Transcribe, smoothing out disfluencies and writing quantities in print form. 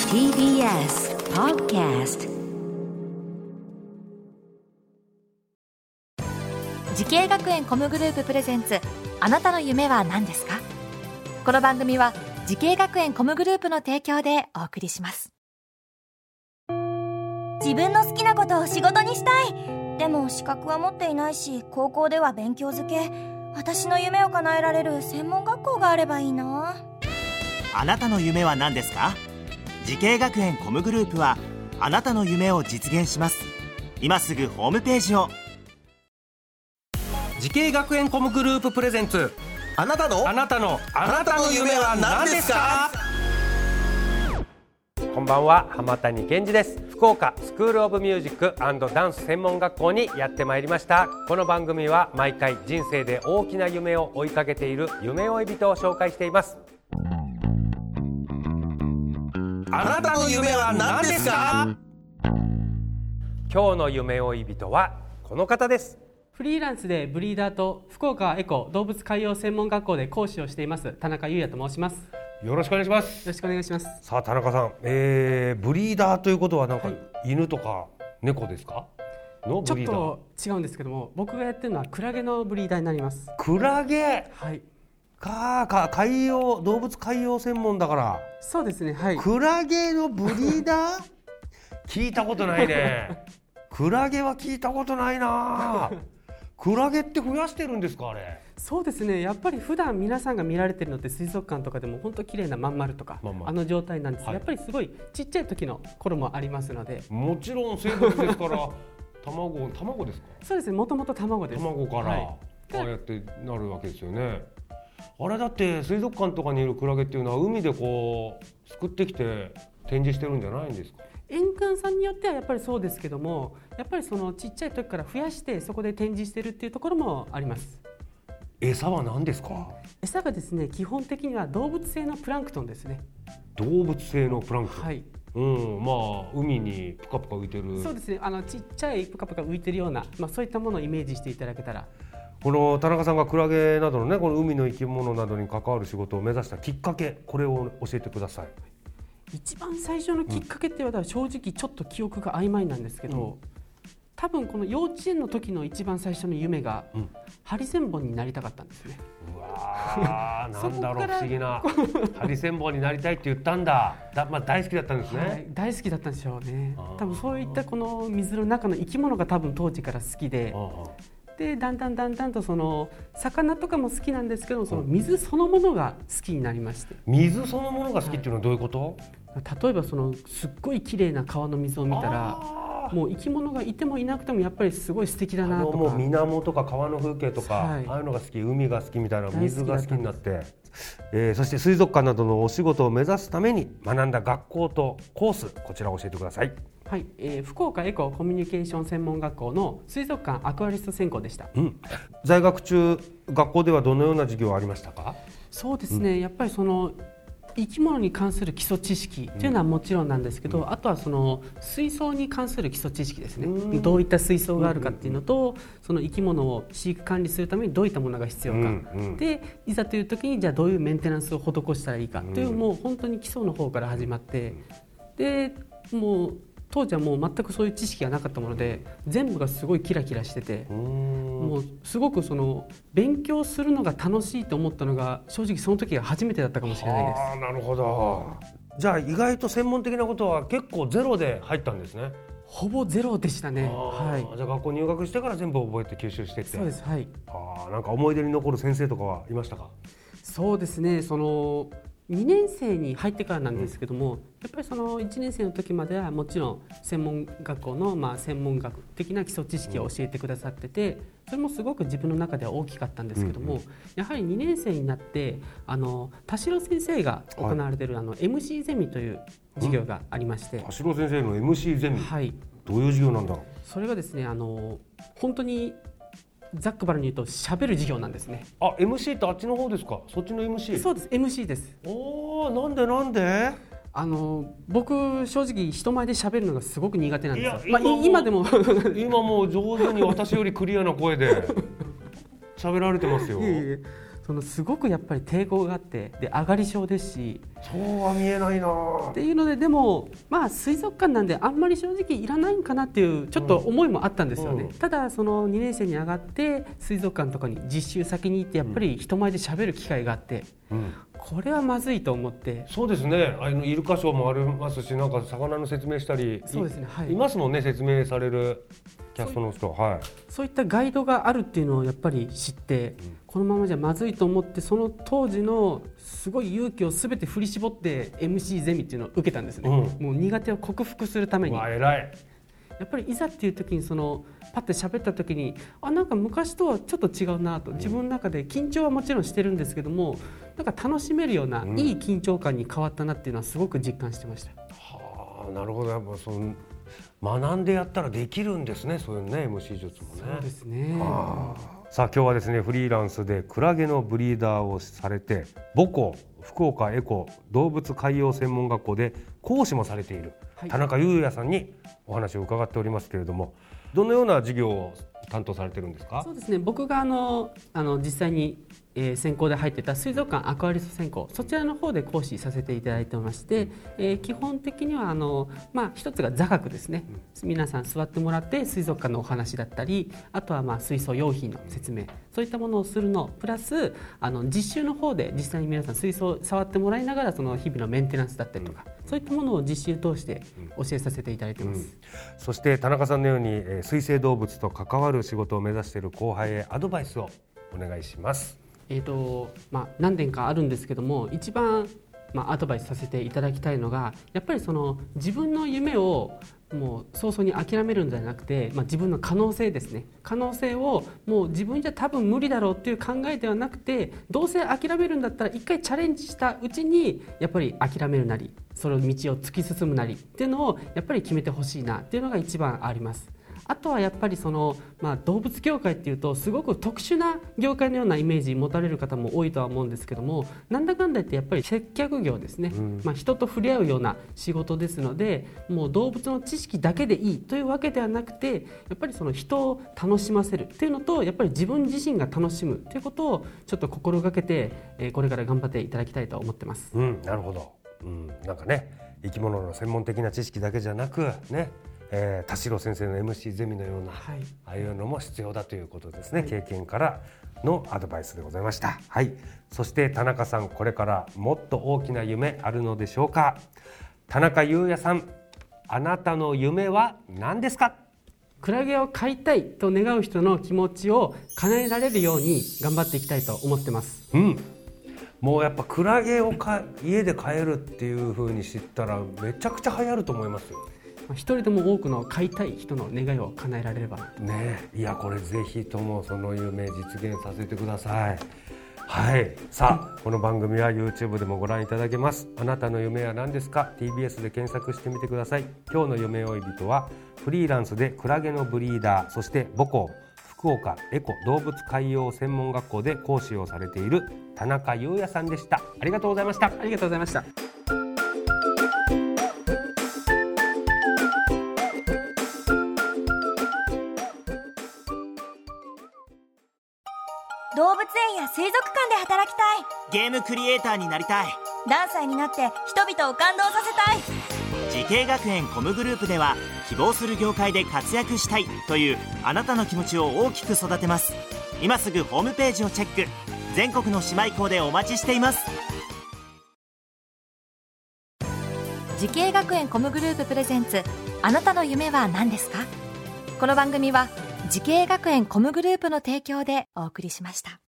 TBS Podcast。 時系学園コムグループプレゼンツ、あなたの夢は何ですか？この番組は時系学園コムグループの提供でお送りします。 自分の好きなことを仕事にしたい。でも資格は持っていないし、高校では勉強づけ。私の夢を叶えられる専門学校があればいいな。 あなたの夢は何ですか？時系学園コムグループはあなたの夢を実現します。今すぐホームページを。 時系学園コムグループプレゼンツ、 あなたの夢は何ですか？ こんばんは、浜谷健二です。福岡スクールオブミュージック&ダンス専門学校にやってまいりました。この番組は毎回人生で大きな夢を追いかけている夢追い人を紹介しています。 あなたの夢は何ですか？ 今日の夢追い人はこの方です。 フリーランスでブリーダーと福岡エコ動物海洋専門学校で講師をしています田中裕也と申します。 よろしくお願いします。 よろしくお願いします。 さあ田中さん、ブリーダーということはなんか犬とか猫ですか？のブリーダー。 ちょっと違うんですけども、僕がやってるのはクラゲのブリーダーになります。 クラゲ、 はい、 海洋動物海洋専門だから。 そうですね、はい。 クラゲのブリーダー聞いたことないね。クラゲは聞いたことないな。クラゲって増やしてるんですか？あれ。 そうですね、やっぱり普段皆さんが見られてるのって水族館とかでも本当綺麗なまん丸とか、あの状態なんです、はい、やっぱりすごいちっちゃい時の頃もありますので。 もちろん生物ですから卵ですか？ そうですね、もともと卵です。 卵から、はい、ああやってなるわけですよね。あれだって水族館とかにいるクラゲっていうのは海でこうすくってきて展示してるんじゃないんですか？ 園館さんによってはやっぱりそうですけども、やっぱりそのちっちゃい時から増やしてそこで展示してるっていうところもあります。 餌は何ですか？ 餌がですね、基本的には動物性のプランクトンですね。 動物性のプランクトン、 はい、 まあ海にプカプカ浮いてる。 そうですね、ちっちゃいプカプカ浮いてるような、そういったものをイメージしていただけたら。 この田中さんがクラゲなどのね、この海の生き物などに関わる仕事を目指したきっかけ、これを教えてください。 一番最初のきっかけって言われたら正直ちょっと記憶が曖昧なんですけど、多分この幼稚園の時の一番最初の夢が、ハリセンボンになりたかったんですね。 うわなんだろう、不思議な。ハリセンボンになりたいって言ったんだ。大好きだったんですね。 はい、大好きだったんでしょうね。多分そういったこの水の中の生き物が多分当時から好きで、でだんだんとその魚とかも好きなんですけど、その水そのものが好きになりまして。 水そのものが好きっていうのはどういうこと？ 例えばそのすっごい綺麗な川の水を見たら、もう生き物がいてもいなくてもやっぱりすごい素敵だなとか、 もう水面とか川の風景とか、 はい、 ああいうのが好き、海が好きみたいな、水が好きになって、そして水族館などのお仕事を目指すために学んだ学校とコース、こちらを教えてください。 はい、福岡エココミュニケーション専門学校の水族館アクアリスト専攻でした。 在学中、学校ではどのような授業ありましたか？ そうですね、やっぱりその生き物に関する基礎知識というのはもちろんなんですけど、あとはその水槽に関する基礎知識ですね。どういった水槽があるかっていうのと、その生き物を飼育管理するためにどういったものが必要か、でいざという時にじゃあどういうメンテナンスを施したらいいかという、もう本当に基礎の方から始まって、でもう当時はもう全くそういう知識がなかったもので、全部がすごいキラキラしてて、もうすごくその勉強するのが楽しいと思ったのが正直その時が初めてだったかもしれないです。 なるほど。じゃあ意外と専門的なことは結構ゼロで入ったんですね。 ほぼゼロでしたね。はい、 じゃあ学校入学してから全部覚えて吸収していって。 そうです。はい。 なんか思い出に残る先生とかはいましたか？ そうですね、その2年生に入ってからなんですけども、やっぱりその1年生の時まではもちろん専門学校の専門学的な基礎知識を教えてくださってて、それもすごく自分の中では大きかったんですけども、やはり2年生になって田代先生が行われているMC ゼミという授業がありまして。 田代先生の MC ゼミ、 はい、 どういう授業なんだろう？ それがですね、本当にざっくばらに言うと喋る授業なんですね。 MC ってあっちの方ですか？そっちの MC？ そうです、 MC です。 なんで僕正直人前で喋るのがすごく苦手なんですよ。今でも今もう上手に私よりクリアな声で喋られてますよ。 すごくやっぱり抵抗があって、で上がり症ですし、 そうは見えないなっていうので、でも水族館なんであんまり正直いらないんかなっていうちょっと思いもあったんですよね。ただその2年生に上がって水族館とかに実習先に行ってやっぱり人前で喋る機会があって、これはまずいと思って。 そうですね、イルカショーもありますし、なんか魚の説明したり、 そうですね、はい、 いますもんね、説明されるキャストの人。 そういったガイドがあるっていうのをやっぱり知って、このままじゃまずいと思って、その当時のすごい勇気をすべて振り絞って MC ゼミっていうのを受けたんですね、もう苦手を克服するために。 偉い。 やっぱりいざっていう時にパッて喋った時に、なんか昔とはちょっと違うなと、自分の中で緊張はもちろんしてるんですけども、なんか楽しめるような、いい緊張感に変わったなっていうのはすごく実感してました。 なるほど。やっぱ学んでやったらできるんですね、そういうね、MC 術もね。 そうですね。 さあ今日はですね、フリーランスでクラゲのブリーダーをされて、母校福岡エコ動物海洋専門学校で講師もされている田中裕也さんにお話を伺っておりますけれども、どのような授業を担当されてるんですか？ そうですね、僕が実際に専攻で入ってた水族館アクアリスト専攻、そちらの方で講師させていただいてまして、基本的には一つが座学ですね、皆さん座ってもらって水族館のお話だったり、あとは水槽用品の説明、そういったものをするのプラス実習の方で実際に皆さん水槽を触ってもらいながら、その日々のメンテナンスだったりとか、そういったものを実習通して教えさせていただいてます。 そして田中さんのように水生動物と関わる仕事を目指している後輩へアドバイスをお願いします。 何点かあるんですけども、一番アドバイスさせていただきたいのが、やっぱり自分の夢をもう早々に諦めるんじゃなくて、自分の可能性ですね、可能性をもう自分じゃ多分無理だろうっていう考えではなくて、どうせ諦めるんだったら一回チャレンジしたうちにやっぱり諦めるなり、その道を突き進むなりっていうのをやっぱり決めてほしいなっていうのが一番あります。あとはやっぱり動物業界っていうとすごく特殊な業界のようなイメージ持たれる方も多いとは思うんですけども、なんだかんだ言ってやっぱり接客業ですね、人と触れ合うような仕事ですので、もう動物の知識だけでいいというわけではなくて、やっぱり人を楽しませるっていうのと、やっぱり自分自身が楽しむということをちょっと心がけて、これから頑張っていただきたいと思ってます。 なるほど。なんかね、生き物の専門的な知識だけじゃなくね、田代先生の MC ゼミのような、ああいうのも必要だということですね、経験からのアドバイスでございました。そして田中さん、これからもっと大きな夢あるのでしょうか？田中裕也さん、あなたの夢は何ですか？ クラゲを飼いたいと願う人の気持ちを叶えられるように頑張っていきたいと思ってます。 もうやっぱクラゲを家で飼えるっていう風に知ったらめちゃくちゃ流行ると思いますよ。 一人でも多くの飼いたい人の願いを叶えられればね。いや、これぜひともその夢実現させてください。さあこの番組は YouTube でもご覧いただけます。あなたの夢は何ですか？ TBS で検索してみてください。今日の夢追い人はフリーランスでクラゲのブリーダー、そして母校福岡エコ動物海洋専門学校で講師をされている田中裕也さんでした。ありがとうございました。 ありがとうございました。 動物園や水族館で働きたい。 ゲームクリエイターになりたい。 何歳になって人々を感動させたい。 時系学園コムグループでは、希望する業界で活躍したいというあなたの気持ちを大きく育てます。今すぐホームページをチェック。全国の姉妹校でお待ちしています。 時系学園コムグループプレゼンツ、あなたの夢は何ですか？この番組は時系学園コムグループの提供でお送りしました。